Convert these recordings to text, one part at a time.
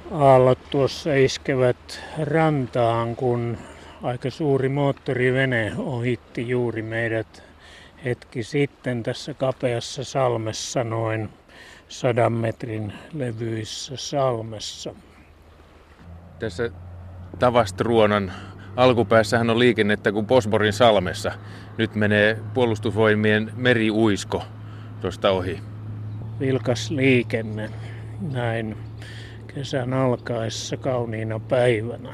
Aallot tuossa iskevät rantaan, kun aika suuri moottorivene ohitti juuri meidät hetki sitten tässä kapeassa salmessa, noin 100 metrin levyisessä salmessa. Tässä Tavastruonan alkupäässähän on liikennettä kuin Bosborin salmessa. Nyt menee puolustusvoimien meriuisko tuosta ohi. Vilkas liikenne näin kesän alkaessa kauniina päivänä.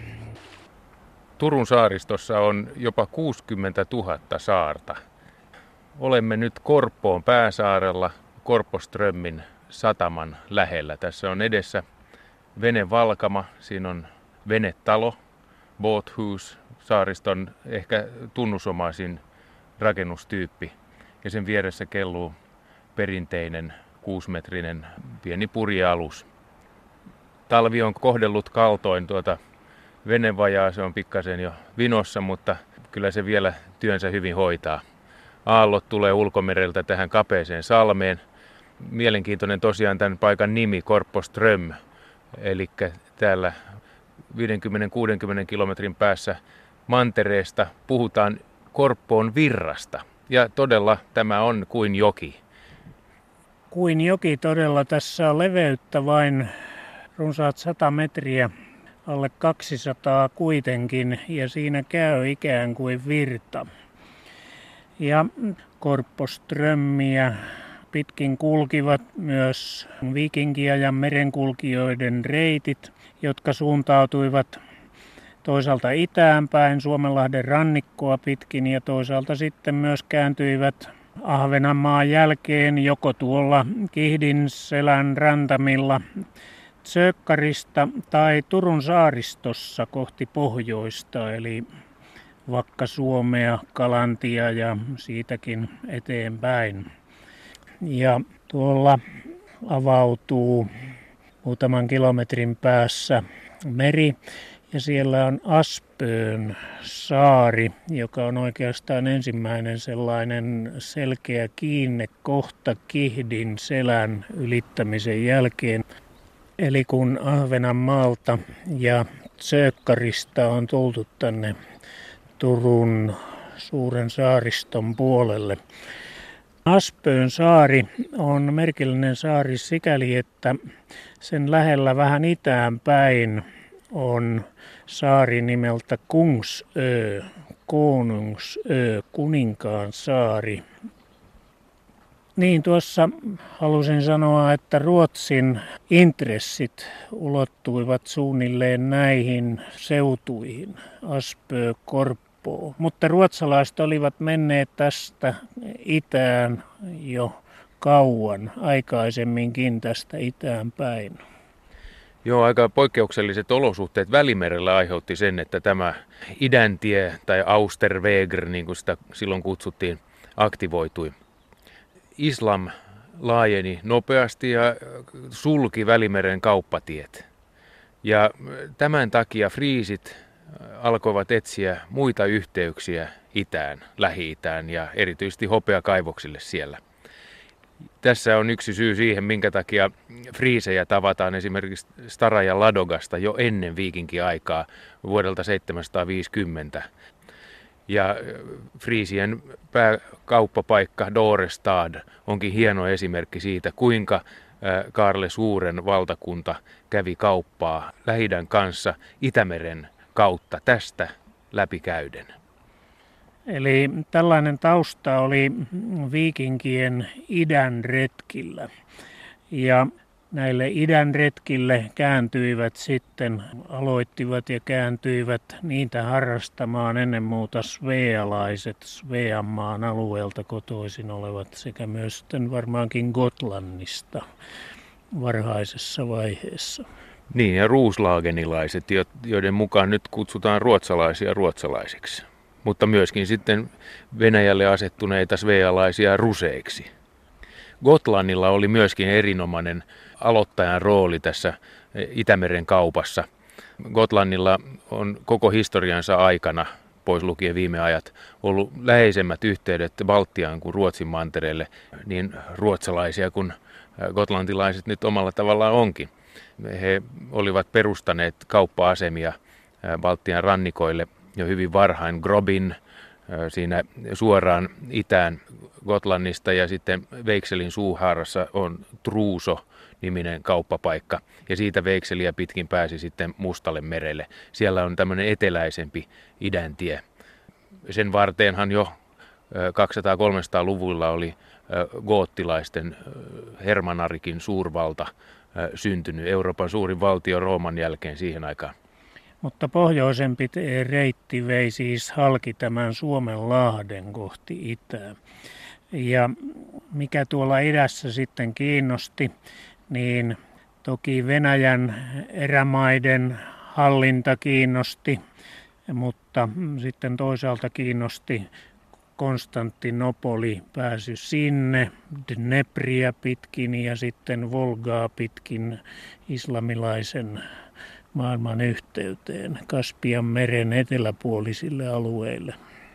Turun saaristossa on jopa 60 000 saarta. Olemme nyt Korppoon pääsaarella, Korpoströmmin sataman lähellä. Tässä on edessä venevalkama, siinä on venetalo, boathus, saariston ehkä tunnusomaisin rakennustyyppi. Ja sen vieressä kelluu perinteinen 6-metrinen pieni purjealus. Talvi on kohdellut kaltoin tuota venevajaa, se on pikkasen jo vinossa, mutta kyllä se vielä työnsä hyvin hoitaa. Aallot tulee ulkomereltä tähän kapeeseen salmeen. Mielenkiintoinen tosiaan tämän paikan nimi, Korpoström, eli täällä 50-60 kilometrin päässä mantereesta puhutaan Korppoon virrasta. Ja todella tämä on kuin joki. Kuin joki todella, tässä on leveyttä vain runsaat 100 metriä, alle 200 kuitenkin, ja siinä käy ikään kuin virta. Ja Korpoströmmiä pitkin kulkivat myös viikinkiajan merenkulkijoiden reitit, jotka suuntautuivat toisaalta itään päin Suomenlahden rannikkoa pitkin ja toisaalta sitten myös kääntyivät Ahvenanmaan jälkeen joko tuolla Kihdinselän rantamilla Tsökkarista tai Turun saaristossa kohti pohjoista, eli Vakka-Suomea, Kalantia ja siitäkin eteenpäin. Ja tuolla avautuu muutaman kilometrin päässä meri ja siellä on Aspöön saari, joka on oikeastaan ensimmäinen sellainen selkeä kiinnekohta Kihdinselän ylittämisen jälkeen. Eli kun Ahvenanmaalta ja Tsökkarista on tultu tänne Turun suuren saariston puolelle. Aspöön saari on merkillinen saari sikäli, että sen lähellä vähän itään päin on saari nimeltä Kungsö, Konungsö, Kuninkaan saari. Niin, tuossa halusin sanoa, että Ruotsin intressit ulottuivat suunnilleen näihin seutuihin, Aspö, Korppoo. Mutta ruotsalaiset olivat menneet tästä itään jo kauan, aikaisemminkin tästä itään päin. Joo, aika poikkeukselliset olosuhteet Välimerellä aiheutti sen, että tämä idäntie tai Austerweger, niin kuin sitä silloin kutsuttiin, aktivoitui. Islam laajeni nopeasti ja sulki Välimeren kauppatiet. Ja tämän takia friisit alkoivat etsiä muita yhteyksiä itään, Lähi-itään ja erityisesti hopeakaivoksille siellä. Tässä on yksi syy siihen, minkä takia friisejä tavataan esimerkiksi Starajan Ladogasta jo ennen viikinkiaikaa vuodelta 750. Ja friisien pääkauppapaikka Dorestad onkin hieno esimerkki siitä, kuinka Kaarle Suuren valtakunta kävi kauppaa Lähi-idän kanssa Itämeren kautta tästä läpikäyden. Eli tällainen tausta oli viikinkien idän retkillä. Ja näille idän retkille aloittivat ja kääntyivät niitä harrastamaan ennen muuta svealaiset, Sveanmaan alueelta kotoisin olevat sekä myös sitten varmaankin Gotlannista varhaisessa vaiheessa. Niin, ja ruuslaagenilaiset, joiden mukaan nyt kutsutaan ruotsalaisia ruotsalaisiksi, mutta myöskin sitten Venäjälle asettuneita svealaisia ruseiksi. Gotlannilla oli myöskin erinomainen aloittajan rooli tässä Itämeren kaupassa. Gotlannilla on koko historiansa aikana, pois lukien viime ajat, ollut läheisemmät yhteydet Baltiaan kuin Ruotsin mantereelle, niin ruotsalaisia kuin gotlantilaiset nyt omalla tavallaan onkin. He olivat perustaneet kauppa-asemia Baltian rannikoille jo hyvin varhain. Grobin siinä suoraan itään Gotlannista ja sitten Veikselin suuhaarassa on Truuso-niminen kauppapaikka ja siitä Veikseliä pitkin pääsi sitten Mustalle merelle. Siellä on tämmöinen eteläisempi idäntie. Sen varteenhan jo 200-300-luvulla oli goottilaisten Hermanarikin suurvalta syntynyt, Euroopan suurin valtio Rooman jälkeen siihen aikaan. Mutta pohjoisempi reitti vei siis halki tämän Suomenlahden kohti itää. Ja mikä tuolla idässä sitten kiinnosti, niin toki Venäjän erämaiden hallinta kiinnosti, mutta sitten toisaalta kiinnosti Konstantinopoli, pääsy sinne, Dnepriä pitkin ja sitten Volgaa pitkin islamilaisen maailman yhteyteen Kaspian meren eteläpuolisille alueille.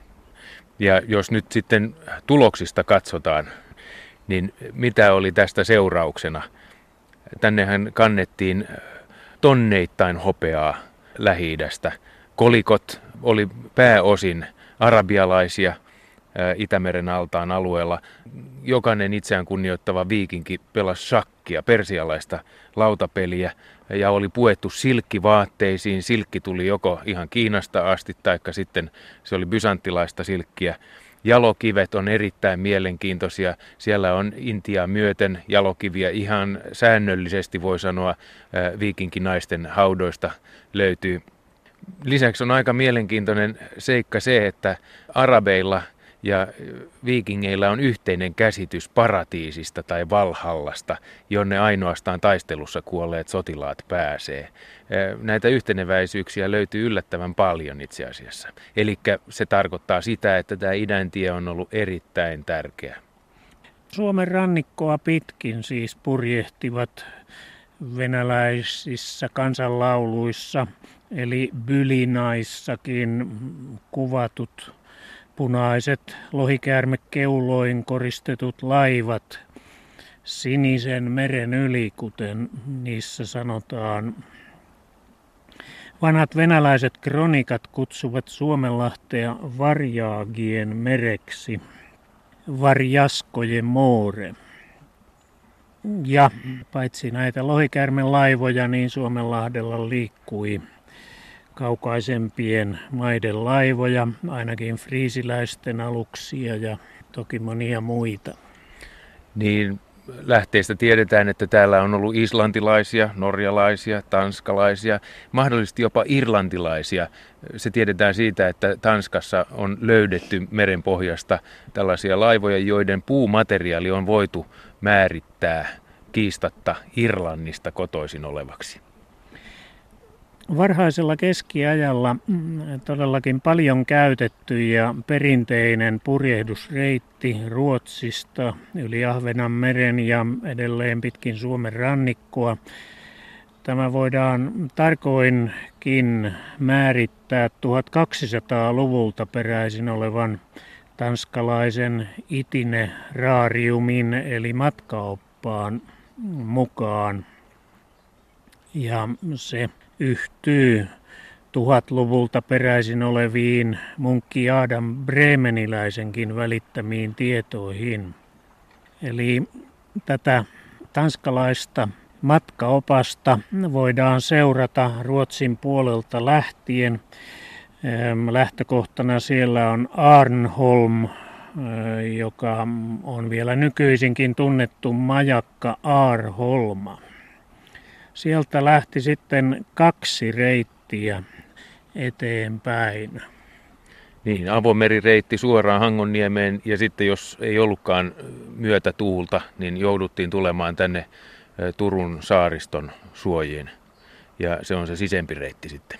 Ja jos nyt sitten tuloksista katsotaan, niin mitä oli tästä seurauksena? Tännehän kannettiin tonneittain hopeaa Lähi-idästä. Kolikot oli pääosin arabialaisia Itämeren altaan alueella. Jokainen itseään kunnioittava viikinki pelasi shakkia, persialaista lautapeliä, ja oli puettu silkkivaatteisiin. Silkki tuli joko ihan Kiinasta asti, taikka sitten se oli bysanttilaista silkkiä. Jalokivet on erittäin mielenkiintoisia. Siellä on Intiaa myöten jalokiviä ihan säännöllisesti, voi sanoa, viikinkinaisten haudoista löytyy. Lisäksi on aika mielenkiintoinen seikka se, että arabeilla ja viikingeillä on yhteinen käsitys paratiisista tai Valhallasta, jonne ainoastaan taistelussa kuolleet sotilaat pääsee. Näitä yhteneväisyyksiä löytyy yllättävän paljon itse asiassa. Eli se tarkoittaa sitä, että tämä idäntie on ollut erittäin tärkeä. Suomen rannikkoa pitkin siis purjehtivat venäläisissä kansanlauluissa, eli bylinaissakin kuvatut punaiset lohikäärmekeuloin koristetut laivat sinisen meren yli, kuten niissä sanotaan. Vanhat venäläiset kronikat kutsuvat Suomenlahtea Varjaagien mereksi, Varjaskoje more. Ja paitsi näitä lohikäärmelaivoja, niin Suomenlahdella liikkui kaukaisempien maiden laivoja, ainakin friisiläisten aluksia ja toki monia muita. Niin lähteistä tiedetään, että täällä on ollut islantilaisia, norjalaisia, tanskalaisia, mahdollisesti jopa irlantilaisia. Se tiedetään siitä, että Tanskassa on löydetty merenpohjasta tällaisia laivoja, joiden puumateriaali on voitu määrittää kiistatta Irlannista kotoisin olevaksi. Varhaisella keskiajalla todellakin paljon käytetty ja perinteinen purjehdusreitti Ruotsista yli Ahvenanmeren ja edelleen pitkin Suomen rannikkoa. Tämä voidaan tarkoinkin määrittää 1200-luvulta peräisin olevan tanskalaisen itinerariumin eli matkaoppaan mukaan. Ja se yhtyy 1000-luvulta peräisin oleviin munkki Adam Bremeniläisenkin välittämiin tietoihin. Eli tätä tanskalaista matkaopasta voidaan seurata Ruotsin puolelta lähtien. Lähtökohtana siellä on Arnholm, joka on vielä nykyisinkin tunnettu majakka Arholma. Sieltä lähti sitten 2 reittiä eteenpäin. Niin, avomerireitti suoraan Hangonniemeen ja sitten jos ei ollutkaan myötätuulta, niin jouduttiin tulemaan tänne Turun saariston suojiin. Ja se on se sisempi reitti sitten.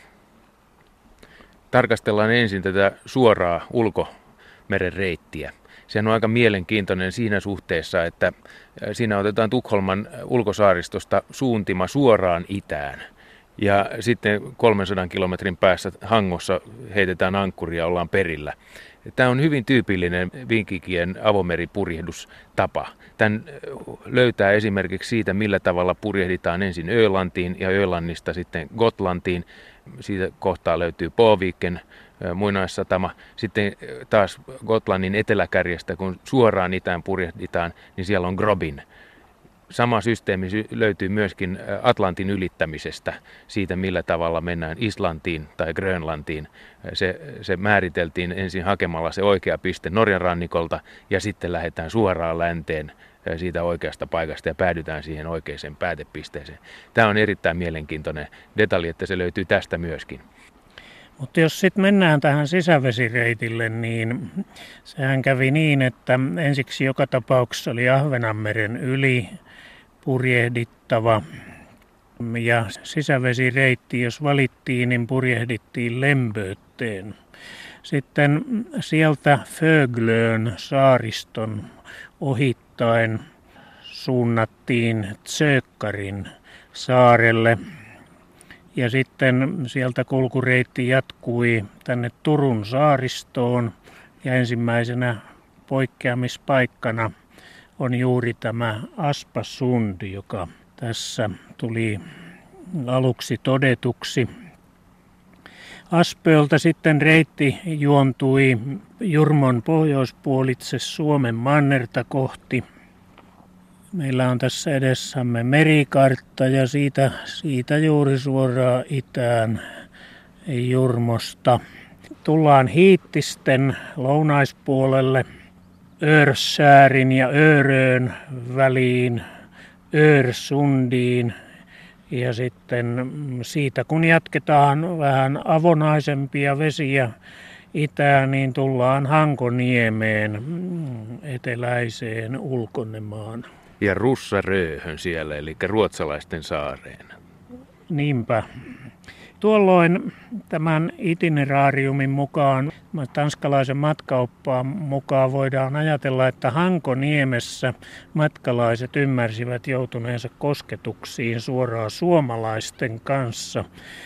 Tarkastellaan ensin tätä suoraa ulkomeren reittiä. Sehän on aika mielenkiintoinen siinä suhteessa, että siinä otetaan Tukholman ulkosaaristosta suuntima suoraan itään. Ja sitten 300 kilometrin päässä Hangossa heitetään ankkuria ja ollaan perillä. Tämä on hyvin tyypillinen viikinkien avomeripurjehdustapa. Tämän löytää esimerkiksi siitä, millä tavalla purjehditaan ensin Ölantiin ja Ölannista sitten Gotlantiin. Siitä kohtaa löytyy Påviken muinaissatama. Sitten taas Gotlannin eteläkärjestä, kun suoraan itään purjehditaan, niin siellä on Grobin. Sama systeemi löytyy myöskin Atlantin ylittämisestä, siitä millä tavalla mennään Islantiin tai Grönlantiin. Se määriteltiin ensin hakemalla se oikea piste Norjan rannikolta ja sitten lähdetään suoraan länteen siitä oikeasta paikasta ja päädytään siihen oikeaan päätepisteeseen. Tämä on erittäin mielenkiintoinen detalji, että se löytyy tästä myöskin. Mutta jos sitten mennään tähän sisävesireitille, niin sehän kävi niin, että ensiksi joka tapauksessa oli Ahvenanmeren yli purjehdittava. Ja sisävesireitti, jos valittiin, niin purjehdittiin Lembötteen. Sitten sieltä Föglön saariston ohittaen suunnattiin Tsökkarin saarelle. Ja sitten sieltä kulkureitti jatkui tänne Turun saaristoon ja ensimmäisenä poikkeamispaikkana on juuri tämä Aspasund, joka tässä tuli aluksi todetuksi. Aspööltä sitten reitti juontui Jurmon pohjoispuolitse Suomen mannerta kohti. Meillä on tässä edessämme merikartta ja siitä juuri suoraan itään Jurmosta. Tullaan Hiittisten lounaispuolelle Örsäärin ja Örön väliin Örsundiin. Ja sitten siitä kun jatketaan vähän avonaisempia vesiä itään, niin tullaan Hankoniemeen eteläiseen Ulkonemaan. Ja Russaröhön siellä, eli ruotsalaisten saareen. Niinpä. Tuolloin tämän itineraariumin mukaan, tanskalaisen matkaoppaan mukaan voidaan ajatella, että Hankoniemessä matkalaiset ymmärsivät joutuneensa kosketuksiin suoraan suomalaisten kanssa.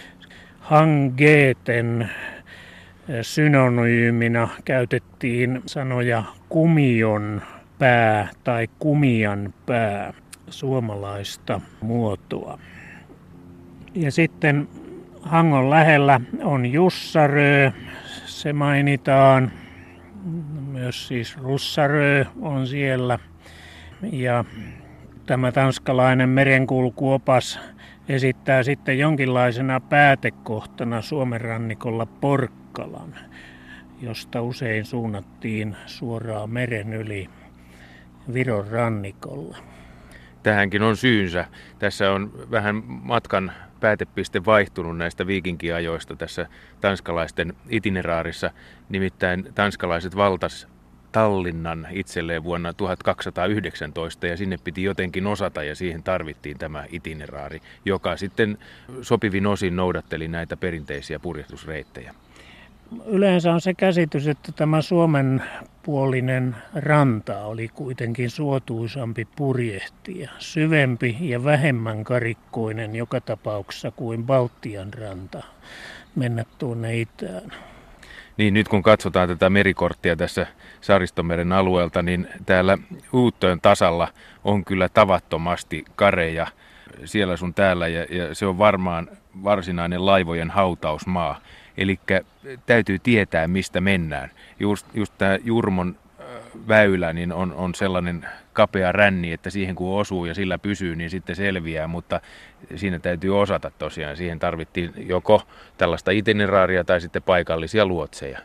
Hangeten synonyymina käytettiin sanoja kumion pää tai kumian pää, suomalaista muotoa. Ja sitten Hangon lähellä on Jussarö, se mainitaan, myös siis Russarö on siellä. Ja tämä tanskalainen merenkulkuopas esittää sitten jonkinlaisena päätekohtana Suomen rannikolla Porkkalan, josta usein suunnattiin suoraan meren yli Viron rannikolla. Tähänkin on syynsä. Tässä on vähän matkan päätepiste vaihtunut näistä viikinkiajoista tässä tanskalaisten itineraarissa. Nimittäin tanskalaiset valtas Tallinnan itselleen vuonna 1219 ja sinne piti jotenkin osata ja siihen tarvittiin tämä itineraari, joka sitten sopivin osin noudatteli näitä perinteisiä purjehdusreittejä. Yleensä on se käsitys, että tämä Suomen puolinen ranta oli kuitenkin suotuisampi purjehtia, syvempi ja vähemmän karikkoinen joka tapauksessa kuin Baltian ranta mennä tuonne itään. Niin, nyt kun katsotaan tätä merikorttia tässä Saaristomeren alueelta, niin täällä Uuttöön tasalla on kyllä tavattomasti kareja siellä sun täällä ja se on varmaan varsinainen laivojen hautausmaa. Eli täytyy tietää, mistä mennään. Just tämä Jurmon väylä niin on sellainen kapea ränni, että siihen kun osuu ja sillä pysyy, niin sitten selviää, mutta siinä täytyy osata tosiaan. Siihen tarvittiin joko tällaista itineraaria tai sitten paikallisia luotseja.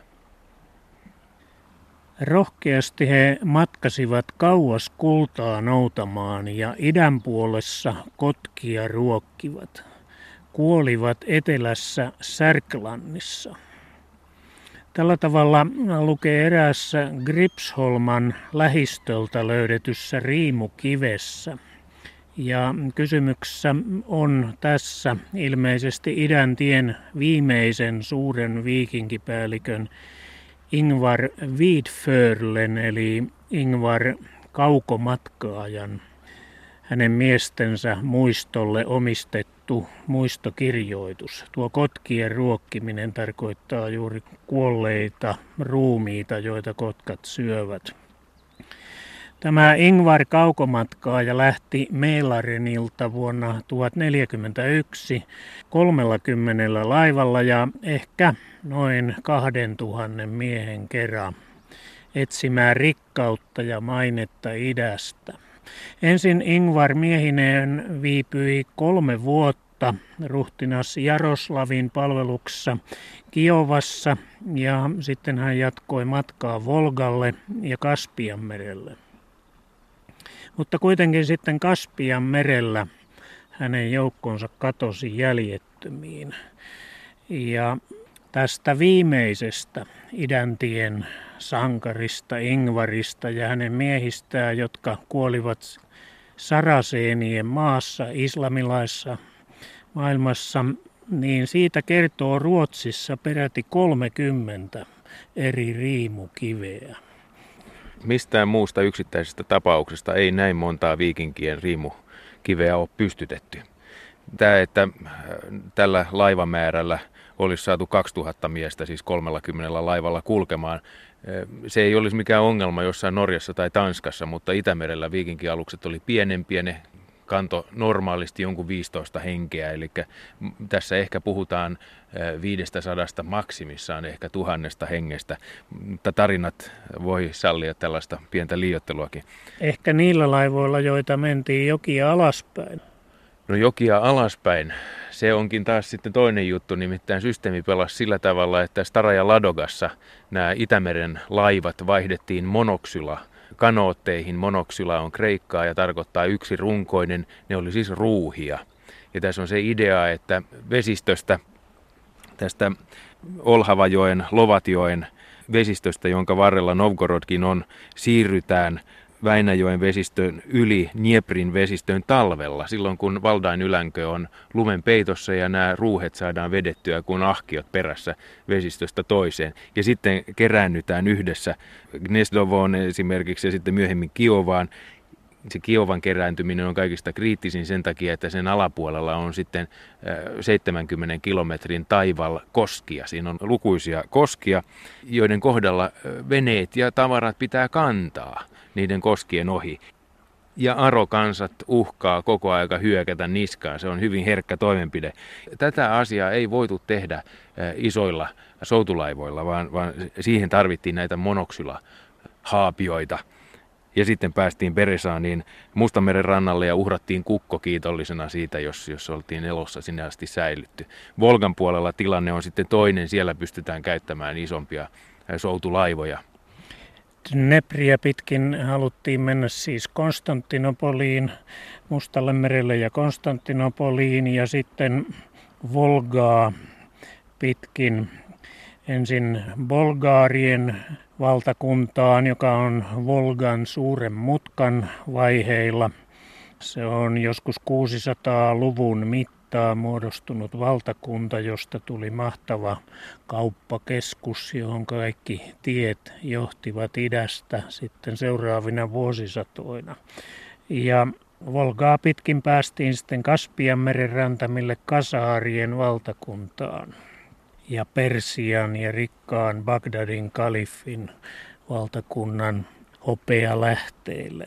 Rohkeasti he matkasivat kauas kultaa noutamaan ja idän puolessa kotkia ruokkivat. Kuolivat etelässä Särklannissa. Tällä tavalla lukee eräässä Gripsholman lähistöltä löydetyssä riimukivessä. Ja kysymyksessä on tässä ilmeisesti idäntien viimeisen suuren viikinkipäällikön Ingvar Vidförlen eli Ingvar kaukomatkaajan. hänen miestensä muistolle omistettu muistokirjoitus. Tuo kotkien ruokkiminen tarkoittaa juuri kuolleita ruumiita, joita kotkat syövät. Tämä Ingvar kaukomatkaaja lähti Mälarenilta vuonna 1041 30 laivalla ja ehkä noin 2000 miehen kerran etsimään rikkautta ja mainetta idästä. Ensin Ingvar miehineen viipyi 3 vuotta ruhtinas Jaroslavin palveluksessa Kiovassa ja sitten hän jatkoi matkaa Volgalle ja Kaspianmerelle. Mutta kuitenkin sitten Kaspian merellä hänen joukkonsa katosi jäljettömiin. Ja tästä viimeisestä idäntien sankarista Ingvarista ja hänen miehistään, jotka kuolivat saraseenien maassa, islamilaisessa maailmassa, niin siitä kertoo Ruotsissa peräti 30 eri riimukiveä. Mistään muusta yksittäisestä tapauksesta ei näin montaa viikinkien riimukiveä ole pystytetty. Tämä, että tällä laivamäärällä olisi saatu 2000 miestä, siis 30 laivalla kulkemaan, se ei olisi mikään ongelma jossain Norjassa tai Tanskassa, mutta Itämerellä viikinkialukset oli pienempiä, ne kanto normaalisti jonkun 15 henkeä, eli tässä ehkä puhutaan 500 maksimissaan ehkä 1000 hengestä, mutta tarinat voi sallia tällaista pientä liioitteluakin. Ehkä niillä laivoilla, joita mentiin jokia alaspäin. No jokia alaspäin, se onkin taas sitten toinen juttu, nimittäin systeemi pelasi sillä tavalla, että Stara ja Ladogassa nämä Itämeren laivat vaihdettiin monoksyla kanootteihin. Monoksyla on kreikkaa ja tarkoittaa yksi runkoinen, ne oli siis ruuhia. Ja tässä on se idea, että vesistöstä, tästä Olhavajoen, Lovatjoen vesistöstä, jonka varrella Novgorodkin on, siirrytään Väinäjoen vesistön yli Dnieprin vesistöön talvella, silloin kun Valdain ylänkö on lumen peitossa ja nämä ruuhet saadaan vedettyä kuin ahkiot perässä vesistöstä toiseen. Ja sitten keräännytään yhdessä Gnezdovoon esimerkiksi ja sitten myöhemmin Kiovaan. Se Kiovan kerääntyminen on kaikista kriittisin sen takia, että sen alapuolella on sitten 70 kilometrin taival koskia. Siinä on lukuisia koskia, joiden kohdalla veneet ja tavarat pitää kantaa niiden koskien ohi. Ja arokansat uhkaa koko aika hyökätä niskaan. Se on hyvin herkkä toimenpide. Tätä asiaa ei voitu tehdä isoilla soutulaivoilla, vaan siihen tarvittiin näitä monoksylahaapioita. Ja sitten päästiin Beresaaniin Mustanmeren rannalle ja uhrattiin kukko kiitollisena siitä, jos oltiin elossa sinne asti säilytty. Volgan puolella tilanne on sitten toinen. Siellä pystytään käyttämään isompia soutulaivoja. Dnepriä pitkin haluttiin mennä siis Konstantinopoliin, Mustalle merelle ja Konstantinopoliin ja sitten Volgaa pitkin ensin Bolgaarien valtakuntaan, joka on Volgan suuren mutkan vaiheilla. Se on joskus 600-luvun mittaan muodostunut valtakunta, josta tuli mahtava kauppakeskus, johon kaikki tiet johtivat idästä sitten seuraavina vuosisatoina. Ja Volgaa pitkin päästiin sitten Kaspianmeren rantamille Kasaarien valtakuntaan ja Persian ja rikkaan Bagdadin kalifin valtakunnan hopealähteille.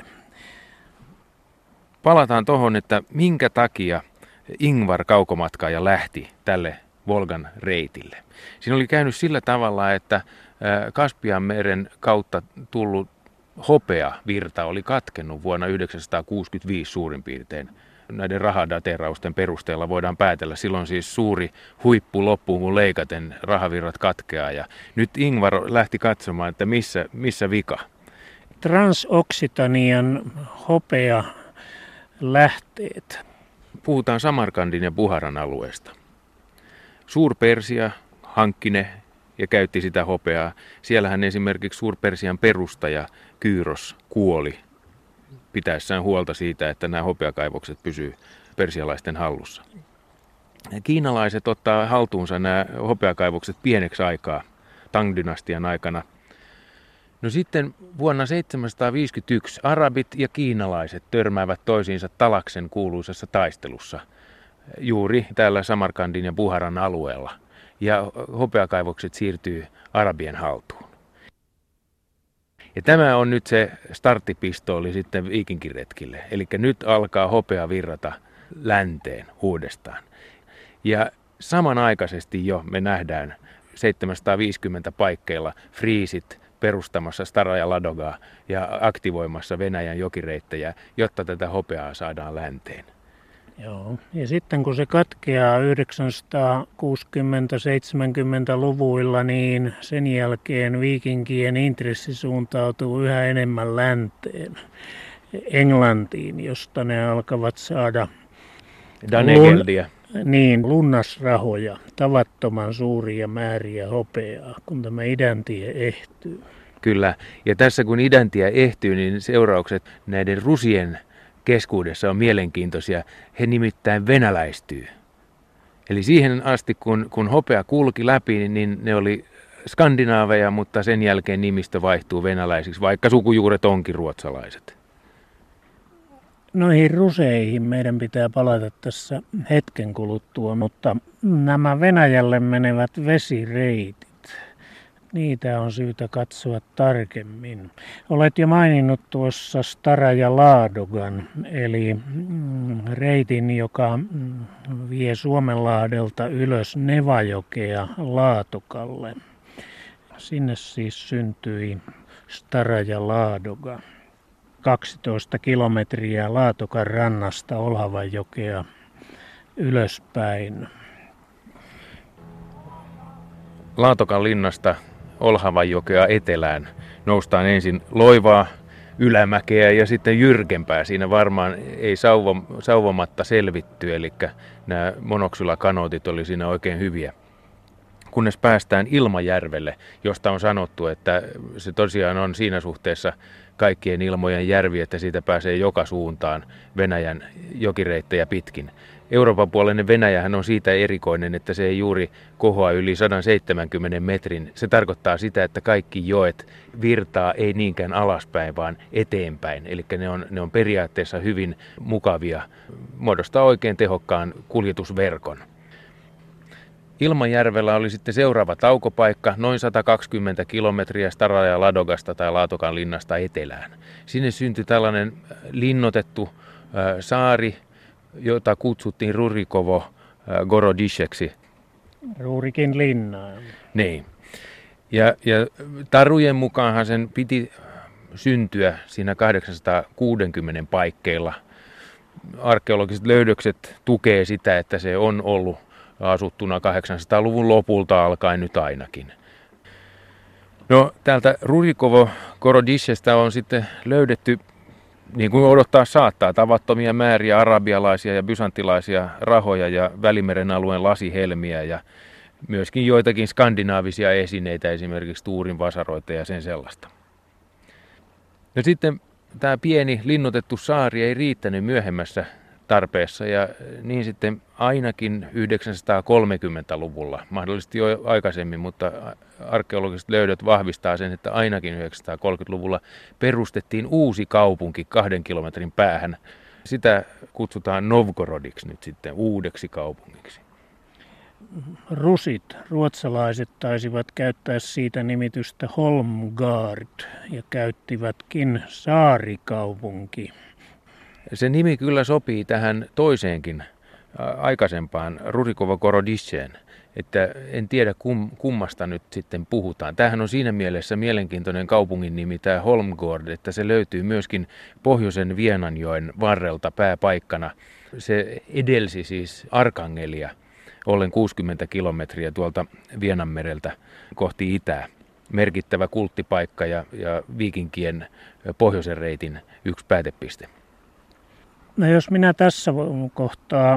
Palataan tuohon, että minkä takia Ingvar kaukomatkaaja lähti tälle Volgan reitille. Siinä oli käynyt sillä tavalla, että Kaspianmeren kautta tullut hopeavirta oli katkennut vuonna 965 suurin piirtein. Näiden rahadaterausten perusteella voidaan päätellä. Silloin siis suuri huippu loppuun, kun leikaten rahavirrat katkeaa. Ja nyt Ingvar lähti katsomaan, että missä vika. Transoksitanian hopealähteet. Puhutaan Samarkandin ja Buharan alueesta. Suur-Persia hankki ne ja käytti sitä hopeaa. Siellähän esimerkiksi Suur-Persian perustaja Kyros kuoli pitäessään huolta siitä, että nämä hopeakaivokset pysyvät persialaisten hallussa. Kiinalaiset ottaa haltuunsa nämä hopeakaivokset pieneksi aikaa Tang-dynastian aikana. No sitten vuonna 751 arabit ja kiinalaiset törmäävät toisiinsa Talaksen kuuluisassa taistelussa juuri täällä Samarkandin ja Bukharan alueella. Ja hopeakaivokset siirtyy arabien haltuun. Ja tämä on nyt se starttipistooli sitten viikinkiretkille. Eli nyt alkaa hopea virrata länteen uudestaan. Ja samanaikaisesti jo me nähdään 750 paikkeilla friisit perustamassa Staraja Ladogaa ja aktivoimassa Venäjän jokireittejä, jotta tätä hopeaa saadaan länteen. Joo. Ja sitten kun se katkeaa 960-70-luvuilla, niin sen jälkeen viikinkien intressi suuntautuu yhä enemmän länteen, Englantiin, josta ne alkavat saada Danegeldia. Lunnasrahoja, tavattoman suuria määriä hopeaa, kun tämä idäntie ehtyy. Kyllä, ja tässä kun idäntie ehtyy, niin seuraukset näiden rusien keskuudessa on mielenkiintoisia. He nimittäin venäläistyy. Eli siihen asti, kun hopea kulki läpi, niin ne oli skandinaaveja, mutta sen jälkeen nimistö vaihtuu venäläisiksi, vaikka sukujuuret onkin ruotsalaiset. Noihin ruseihin meidän pitää palata tässä hetken kuluttua, mutta nämä Venäjälle menevät vesireitit, niitä on syytä katsoa tarkemmin. Olet jo maininnut tuossa Staraja Ladogan, eli reitin, joka vie Suomenlahdelta ylös Nevajokea Laatokalle. Sinne siis syntyi Staraja Ladoga. 12 kilometriä Laatokan rannasta Olhavanjokea ylöspäin. Laatokan linnasta Olhavanjokea etelään noustaan ensin loivaa ylämäkeä ja sitten jyrkempää. Siinä varmaan ei sauvamatta selvitty, eli nämä monoksylakanootit oli siinä oikein hyviä. Kunnes päästään Ilmajärvelle, josta on sanottu, että se tosiaan on siinä suhteessa kaikkien ilmojen järvi, että siitä pääsee joka suuntaan Venäjän jokireittejä pitkin. Euroopan puolinen Venäjähän on siitä erikoinen, että se ei juuri kohoa yli 170 metrin. Se tarkoittaa sitä, että kaikki joet virtaa ei niinkään alaspäin, vaan eteenpäin. Eli ne on periaatteessa hyvin mukavia, muodostaa oikein tehokkaan kuljetusverkon. Ilmajärvellä oli sitten seuraava taukopaikka, noin 120 kilometriä Staraja Ladogasta tai Laatokan linnasta etelään. Sinne syntyi tällainen linnoitettu saari, jota kutsuttiin Rurikovo Gorodisheksi. Ruurikin linnaa. Niin. Ja tarujen mukaanhan sen piti syntyä siinä 860 paikkeilla. Arkeologiset löydökset tukee sitä, että se on ollut asuttuna 800-luvun lopulta alkaen nyt ainakin. No täältä Rurikovo Gorodishesta on sitten löydetty, niin kuin odottaa saattaa, tavattomia määriä arabialaisia ja bysantilaisia rahoja ja Välimeren alueen lasihelmiä ja myöskin joitakin skandinaavisia esineitä, esimerkiksi tuurin vasaroita ja sen sellaista. No sitten tämä pieni linnoitettu saari ei riittänyt myöhemmässä tarpeessa ja niin sitten ainakin 930-luvulla, mahdollisesti jo aikaisemmin, mutta arkeologiset löydöt vahvistaa sen, että ainakin 930-luvulla perustettiin uusi kaupunki 2 kilometrin päähän. Sitä kutsutaan Novgorodiksi nyt sitten, uudeksi kaupungiksi. Rusit, ruotsalaiset, taisivat käyttää siitä nimitystä Holmgard ja käyttivätkin saarikaupunki. Se nimi kyllä sopii tähän toiseenkin aikaisempaan Rurikovo Gorodisheen, että en tiedä kummasta nyt sitten puhutaan. Tämähän on siinä mielessä mielenkiintoinen kaupungin nimi, tämä Holmgård, että se löytyy myöskin pohjoisen Vienanjoen varrelta pääpaikkana. Se edelsi siis Arkangelia ollen 60 kilometriä tuolta Vienanmereltä kohti itää. Merkittävä kulttipaikka ja viikinkien pohjoisen reitin yksi päätepiste. No jos minä tässä kohtaa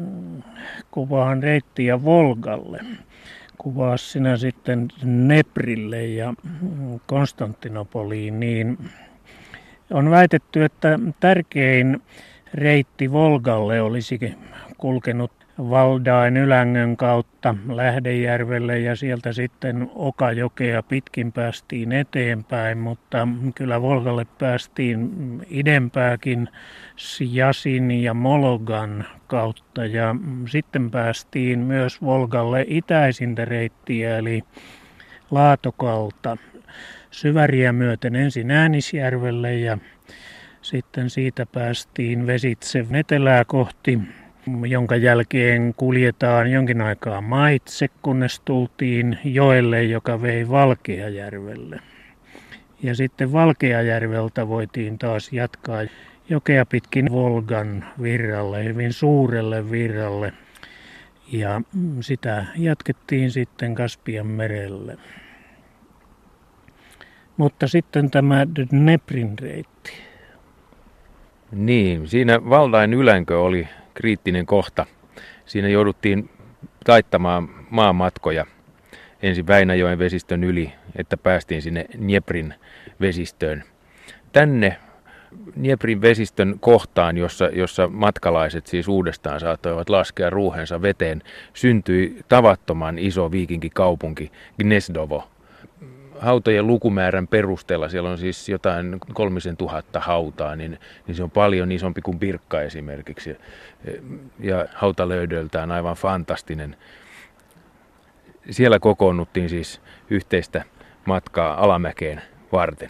kuvaan reittiä Volgalle, kuvaa sinä sitten Neprille ja Konstantinopoliin, niin on väitetty, että tärkein reitti Volgalle olisi kulkenut Valdain Ylängön kautta Lähdejärvelle ja sieltä sitten Okajokea pitkin päästiin eteenpäin, mutta kyllä Volgalle päästiin idempääkin Sjasin ja Mologan kautta ja sitten päästiin myös Volgalle itäisintä reittiä eli Laatokalta Syväriä myöten ensin Äänisjärvelle ja sitten siitä päästiin vesitse etelää kohti, jonka jälkeen kuljetaan jonkin aikaa maitse, kunnes tultiin joelle, joka vei Valkeajärvelle. Ja sitten Valkeajärveltä voitiin taas jatkaa jokea pitkin Volgan virralle, hyvin suurelle virralle. Ja sitä jatkettiin sitten Kaspian merelle. Mutta sitten tämä Dneprin reitti. Niin, siinä Valdain Ylänkö oli kriittinen kohta. Siinä jouduttiin taittamaan maamatkoja ensin Väinäjoen vesistön yli, että päästiin sinne Dneprin vesistöön. Tänne Dneprin vesistön kohtaan, jossa matkalaiset siis uudestaan saattoivat laskea ruuhensa veteen, syntyi tavattoman iso viikinkikaupunki Gnezdovo. Hautojen lukumäärän perusteella, siellä on siis jotain 3000 hautaa, niin se on paljon isompi kuin Birkka esimerkiksi. Ja hautalöydöltään aivan fantastinen. Siellä kokoonnuttiin siis yhteistä matkaa alamäkeen varten.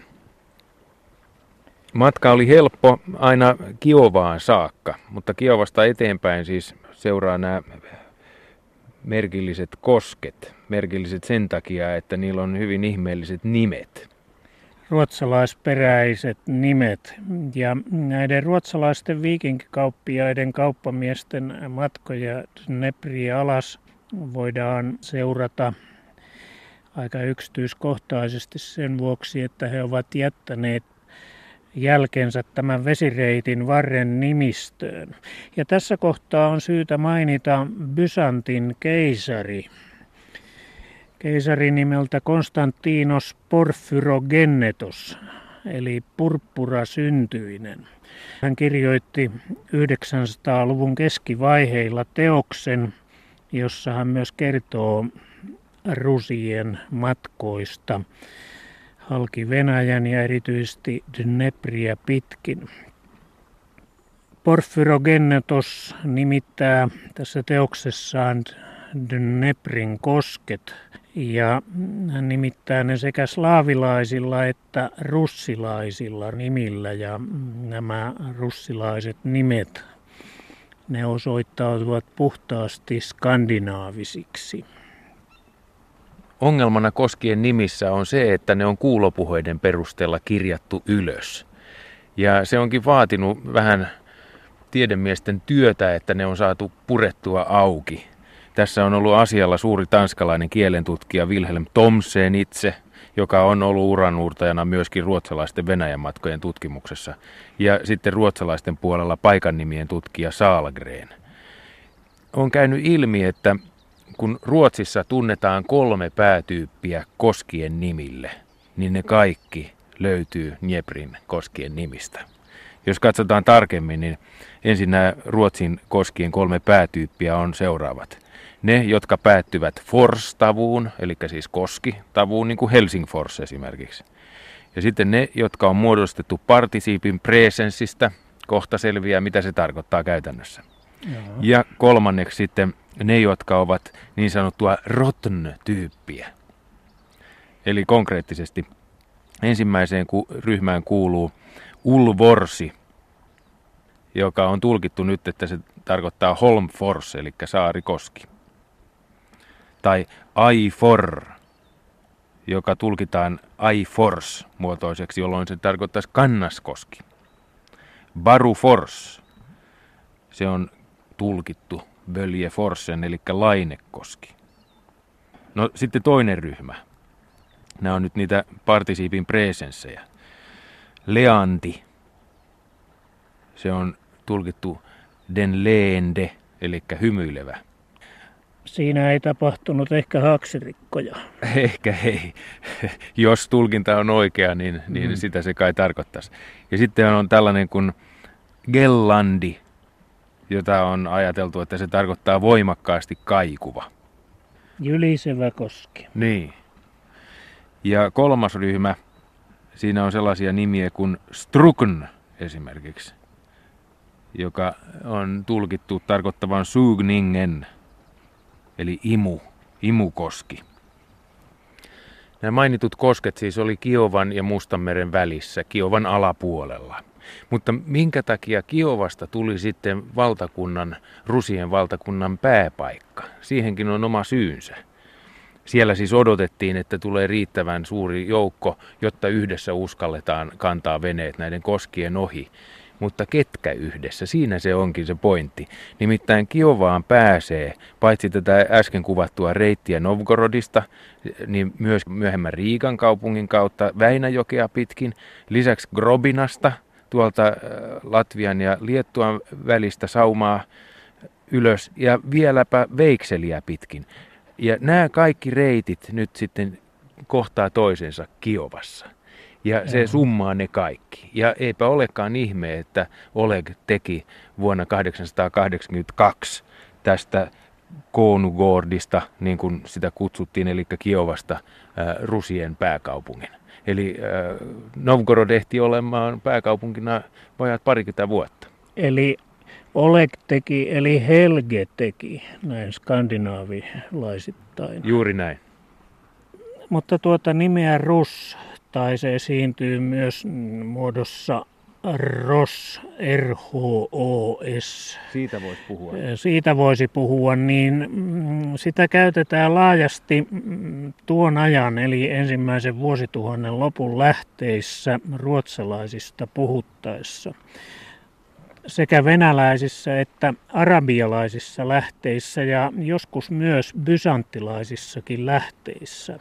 Matka oli helppo aina Kiovaan saakka, mutta Kiovasta eteenpäin siis seuraa nämä merkilliset kosket. Merkilliset sen takia, että niillä on hyvin ihmeelliset nimet. Ruotsalaisperäiset nimet ja näiden ruotsalaisten viikinkikauppiaiden kauppamiesten matkoja Dnepriä alas voidaan seurata aika yksityiskohtaisesti sen vuoksi, että he ovat jättäneet jälkensä tämän vesireitin varren nimistöön. Ja tässä kohtaa on syytä mainita Byzantin keisari. Keisari nimeltä Konstantinos Porphyrogennetos, eli purppurasyntyinen. Hän kirjoitti 900-luvun keskivaiheilla teoksen, jossa hän myös kertoo rusien matkoista halki Venäjän ja erityisesti Dnepriä pitkin. Porphyrogennetos nimittää tässä teoksessaan Dneprin kosket ja hän nimittää ne sekä slaavilaisilla että russilaisilla nimillä ja nämä russilaiset nimet ne osoittautuvat puhtaasti skandinaavisiksi. Ongelmana koskien nimissä on se, että ne on kuulopuheiden perusteella kirjattu ylös. Ja se onkin vaatinut vähän tiedemiesten työtä, että ne on saatu purettua auki. Tässä on ollut asialla suuri tanskalainen kielentutkija Wilhelm Thomsen itse, joka on ollut uranuurtajana myöskin ruotsalaisten Venäjän matkojen tutkimuksessa. Ja sitten ruotsalaisten puolella paikannimien tutkija Sahlgren. On käynyt ilmi, että kun Ruotsissa tunnetaan 3 päätyyppiä koskien nimille, niin ne kaikki löytyy Dneprin koskien nimistä. Jos katsotaan tarkemmin, niin ensin nämä Ruotsin koskien 3 päätyyppiä on seuraavat. Ne, jotka päättyvät fors-tavuun, eli siis koski-tavuun, niin kuin Helsingfors esimerkiksi. Ja sitten ne, jotka on muodostettu partisiipin presensistä, kohta selviää, mitä se tarkoittaa käytännössä. Joo. Ja kolmanneksi sitten ne, jotka ovat niin sanottua rotn-tyyppiä. Eli konkreettisesti ensimmäiseen ryhmään kuuluu ulvorsi, joka on tulkittu nyt, että se tarkoittaa Holmfors, eli saarikoski. Tai aifor, joka tulkitaan aifors muotoiseksi, jolloin se tarkoittaisi kannaskoski. Barufors, se on tulkittu Böljeforsen, eli lainekoski. No sitten toinen ryhmä. Nämä on nyt niitä partisiipin presenssejä. Leanti, se on tulkittu den leende, eli hymyilevä. Siinä ei tapahtunut ehkä haaksirikkoja. Ehkä ei. Jos tulkinta on oikea, niin sitä se kai tarkoittaisi. Ja sitten on tällainen kuin Gellandi, jota on ajateltu, että se tarkoittaa voimakkaasti kaikuva. Jylisevä koski. Niin. Ja kolmas ryhmä, siinä on sellaisia nimiä kuin Strukn esimerkiksi, joka on tulkittu tarkoittavan Sugningen, eli imukoski. Nämä mainitut kosket siis oli Kiovan ja Mustanmeren välissä, Kiovan alapuolella. Mutta minkä takia Kiovasta tuli sitten Rusien valtakunnan pääpaikka? Siihenkin on oma syynsä. Siellä siis odotettiin, että tulee riittävän suuri joukko, jotta yhdessä uskalletaan kantaa veneet näiden koskien ohi. Mutta ketkä yhdessä? Siinä se onkin se pointti. Nimittäin Kiovaan pääsee, paitsi tätä äsken kuvattua reittiä Novgorodista, niin myös myöhemmän Riikan kaupungin kautta Väinäjokea pitkin, lisäksi Grobinasta, tuolta Latvian ja Liettuan välistä saumaa ylös ja vieläpä Veikseliä pitkin. Ja nämä kaikki reitit nyt sitten kohtaa toisensa Kiovassa. Ja se summaa ne kaikki. Ja eipä olekaan ihme, että Oleg teki vuonna 882 tästä Konugordista, niin kuin sitä kutsuttiin, eli Kiovasta, Rusien pääkaupungin. Eli Novgorod ehti olemaan pääkaupunkina vajaat parikymmentä vuotta. Eli Oleg teki, eli Helge teki, näin skandinaavilaisittain. Juuri näin. Mutta tuota nimeä Rus, tai se esiintyy myös muodossa Ros, R-H-O-S. Siitä voisi puhua. Siitä voisi puhua, niin sitä käytetään laajasti tuon ajan, eli ensimmäisen vuosituhannen lopun lähteissä ruotsalaisista puhuttaessa. Sekä venäläisissä että arabialaisissa lähteissä ja joskus myös bysanttilaisissakin lähteissä.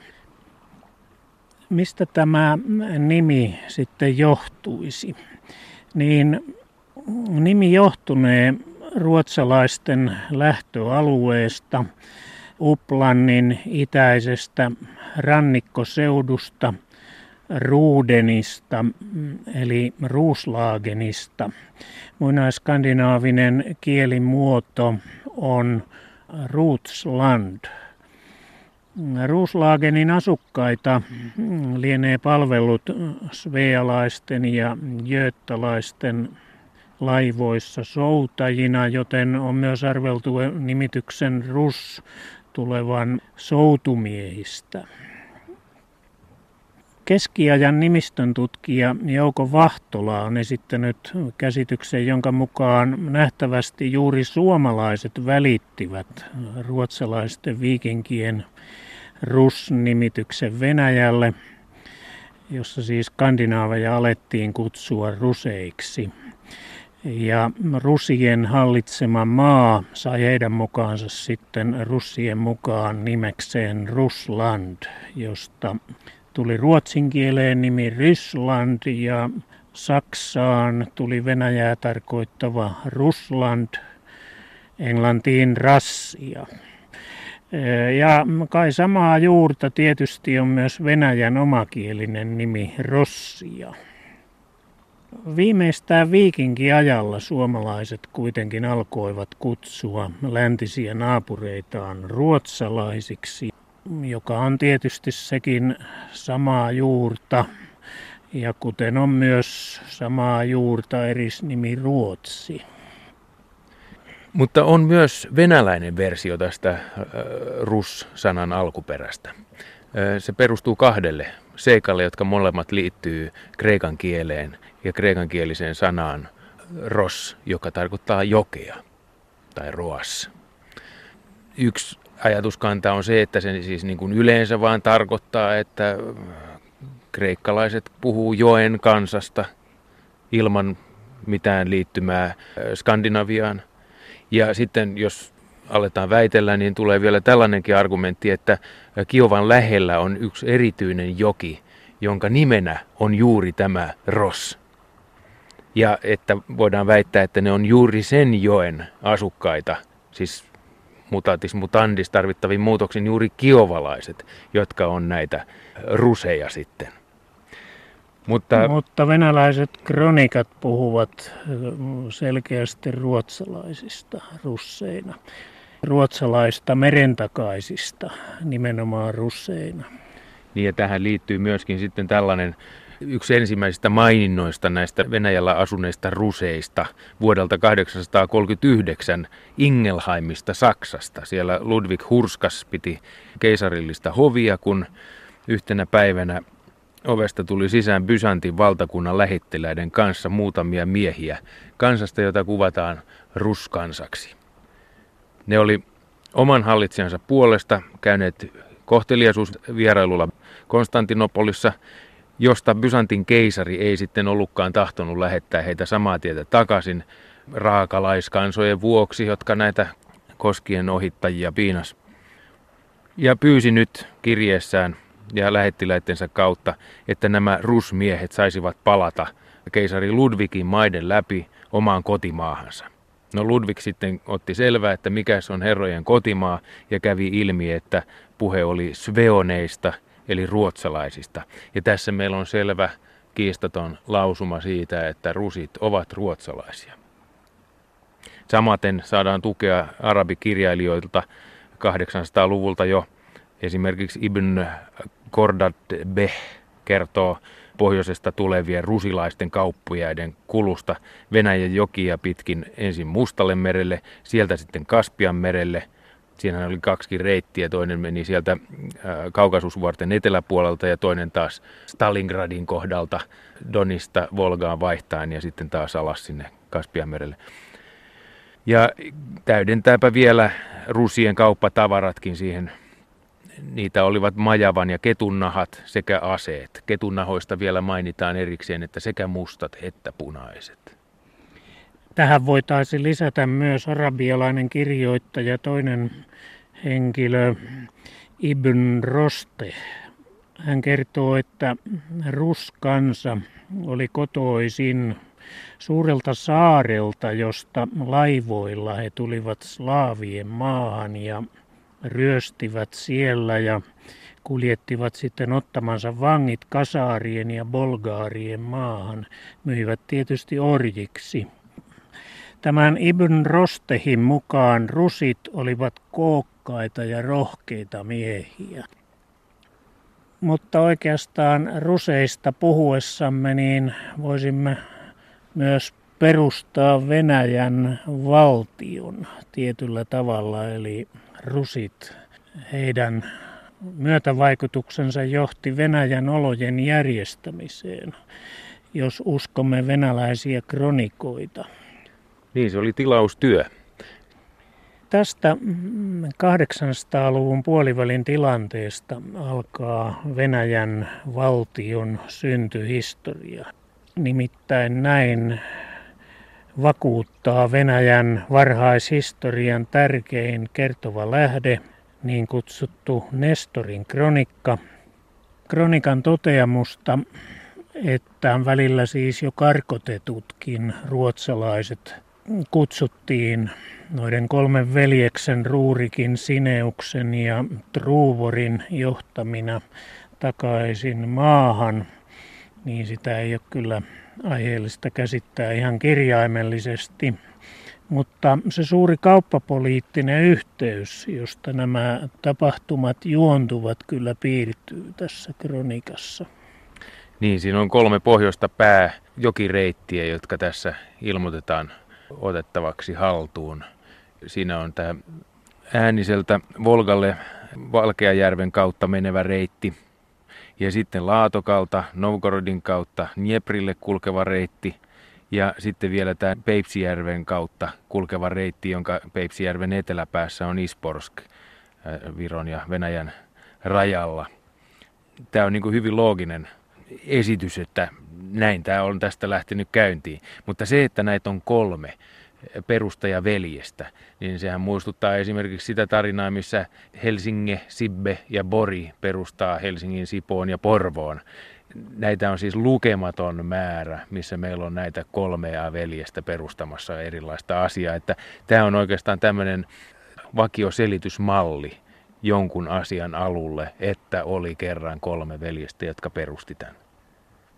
Mistä tämä nimi sitten johtuisi? Niin nimi johtunee ruotsalaisten lähtöalueesta, Upplannin itäisestä rannikkoseudusta, Ruudenista eli Roslagenista. Muinaisskandinaavinen kielimuoto on Rutsland. Roslagenin asukkaita lienee palvellut svealaisten ja göttalaisten laivoissa soutajina, joten on myös arveltu nimityksen Rus tulevan soutumiehistä. Keskiajan nimistön tutkija Jouko Vahtola on esittänyt käsityksen, jonka mukaan nähtävästi juuri suomalaiset välittivät ruotsalaisten viikinkien Rus-nimityksen Venäjälle, jossa siis skandinaaveja alettiin kutsua ruseiksi. Ja Rusien hallitsema maa sai heidän mukaansa sitten russien mukaan nimekseen Rusland, josta tuli ruotsin kieleen nimi Ryssland ja Saksaan tuli Venäjää tarkoittava Russland, Englantiin Rassia. Ja kai samaa juurta tietysti on myös Venäjän omakielinen nimi Rossia. Viimeistään viikinkiajalla suomalaiset kuitenkin alkoivat kutsua läntisiä naapureitaan ruotsalaisiksi, joka on tietysti sekin samaa juurta, ja kuten on myös samaa juurta erisnimi Ruotsi. Mutta on myös venäläinen versio tästä Rus-sanan alkuperästä. Se perustuu kahdelle seikalle, jotka molemmat liittyy kreikan kieleen ja kreikankieliseen sanaan ros, joka tarkoittaa jokea tai roas. Yksi ajatuskanta on se, että se siis niin kuin yleensä vaan tarkoittaa, että kreikkalaiset puhuu joen kansasta ilman mitään liittymää Skandinaviaan. Ja sitten jos aletaan väitellä, niin tulee vielä tällainenkin argumentti, että Kiovan lähellä on yksi erityinen joki, jonka nimenä on juuri tämä Ros. Ja että voidaan väittää, että ne on juuri sen joen asukkaita, siis mutatis mutandis tarvittavin muutoksin juuri kiovalaiset, jotka on näitä ruseja sitten. Mutta venäläiset kronikat puhuvat selkeästi ruotsalaisista russeina. Ruotsalaista merentakaisista nimenomaan russeina. Niin ja tähän liittyy myöskin sitten tällainen yksi ensimmäisistä maininnoista näistä Venäjällä asuneista ruseista vuodelta 839 Ingelheimista Saksasta. Siellä Ludwig Hurskas piti keisarillista hovia, kun yhtenä päivänä ovesta tuli sisään Byzantin valtakunnan lähettiläiden kanssa muutamia miehiä kansasta, jota kuvataan ruskansaksi. Ne oli oman hallitsijansa puolesta käyneet kohteliaisuusvierailulla Konstantinopolissa, josta Byzantin keisari ei sitten ollutkaan tahtonut lähettää heitä samaa tietä takaisin raakalaiskansojen vuoksi, jotka näitä koskien ohittajia piinas. Ja pyysi nyt kirjeessään ja lähettiläittensä kautta, että nämä rusmiehet saisivat palata keisari Ludwigin maiden läpi omaan kotimaahansa. No Ludwig sitten otti selvää, että mikä on herrojen kotimaa, ja kävi ilmi, että puhe oli sveoneista, eli ruotsalaisista. Ja tässä meillä on selvä kiistaton lausuma siitä, että rusit ovat ruotsalaisia. Samaten saadaan tukea arabikirjailijoilta 800-luvulta jo. Esimerkiksi Ibn Khordadbeh kertoo pohjoisesta tulevien rusilaisten kauppiaiden kulusta Venäjän jokia pitkin ensin Mustalle merelle, sieltä sitten Kaspian merelle. Siinä oli 2 reittiä, toinen meni sieltä Kaukasusvuorten eteläpuolelta ja toinen taas Stalingradin kohdalta Donista Volgaan vaihtaen ja sitten taas alas sinne Kaspianmerelle. Ja täydentääpä vielä rusien kauppatavaratkin siihen. Niitä olivat majavan ja ketunnahat sekä aseet. Ketunnahoista vielä mainitaan erikseen, että sekä mustat että punaiset. Tähän voitaisiin lisätä myös arabialainen kirjoittaja, toinen henkilö, Ibn Roste. Hän kertoo, että ruskansa oli kotoisin suurelta saarelta, josta laivoilla he tulivat slaavien maahan ja ryöstivät siellä ja kuljettivat sitten ottamansa vangit kasaarien ja bolgaarien maahan, myivät tietysti orjiksi. Tämän Ibn Rostehin mukaan rusit olivat kookkaita ja rohkeita miehiä. Mutta oikeastaan ruseista puhuessamme niin voisimme myös perustaa Venäjän valtion tietyllä tavalla, eli rusit. Heidän myötävaikutuksensa johti Venäjän olojen järjestämiseen, jos uskomme venäläisiä kronikoita. Niin, se oli tilaustyö. Tästä 800-luvun puolivälin tilanteesta alkaa Venäjän valtion syntyhistoria. Nimittäin näin vakuuttaa Venäjän varhaishistorian tärkein kertova lähde, niin kutsuttu Nestorin kronikka. Kronikan toteamusta, että välillä siis jo karkotetutkin ruotsalaiset kutsuttiin noiden 3 veljeksen Ruurikin, Sineuksen ja Truvorin johtamina takaisin maahan, niin sitä ei ole kyllä aiheellista käsittää ihan kirjaimellisesti. Mutta se suuri kauppapoliittinen yhteys, josta nämä tapahtumat juontuvat, kyllä piirtyy tässä kronikassa. Niin, siinä on 3 pohjoista pääjokireittiä, jotka tässä ilmoitetaan otettavaksi haltuun. Siinä on tämä Ääniseltä Volgalle Valkeajärven kautta menevä reitti. Ja sitten Laatokalta, Novgorodin kautta Dnieprille kulkeva reitti. Ja sitten vielä tämä Peipsijärven kautta kulkeva reitti, jonka Peipsijärven eteläpäässä on Isporsk Viron ja Venäjän rajalla. Tämä on niin kuin hyvin looginen esitys, että näin tämä on tästä lähtenyt käyntiin. Mutta se, että näitä on 3 perustajaveljestä, niin sehän muistuttaa esimerkiksi sitä tarinaa, missä Helsinge, Sibbe ja Bori perustaa Helsingin, Sipoon ja Porvoon. Näitä on siis lukematon määrä, missä meillä on näitä 3 veljestä perustamassa erilaista asiaa. Että tämä on oikeastaan tämmöinen vakioselitysmalli jonkun asian alulle, että oli kerran 3 veljestä, jotka perusti tämän.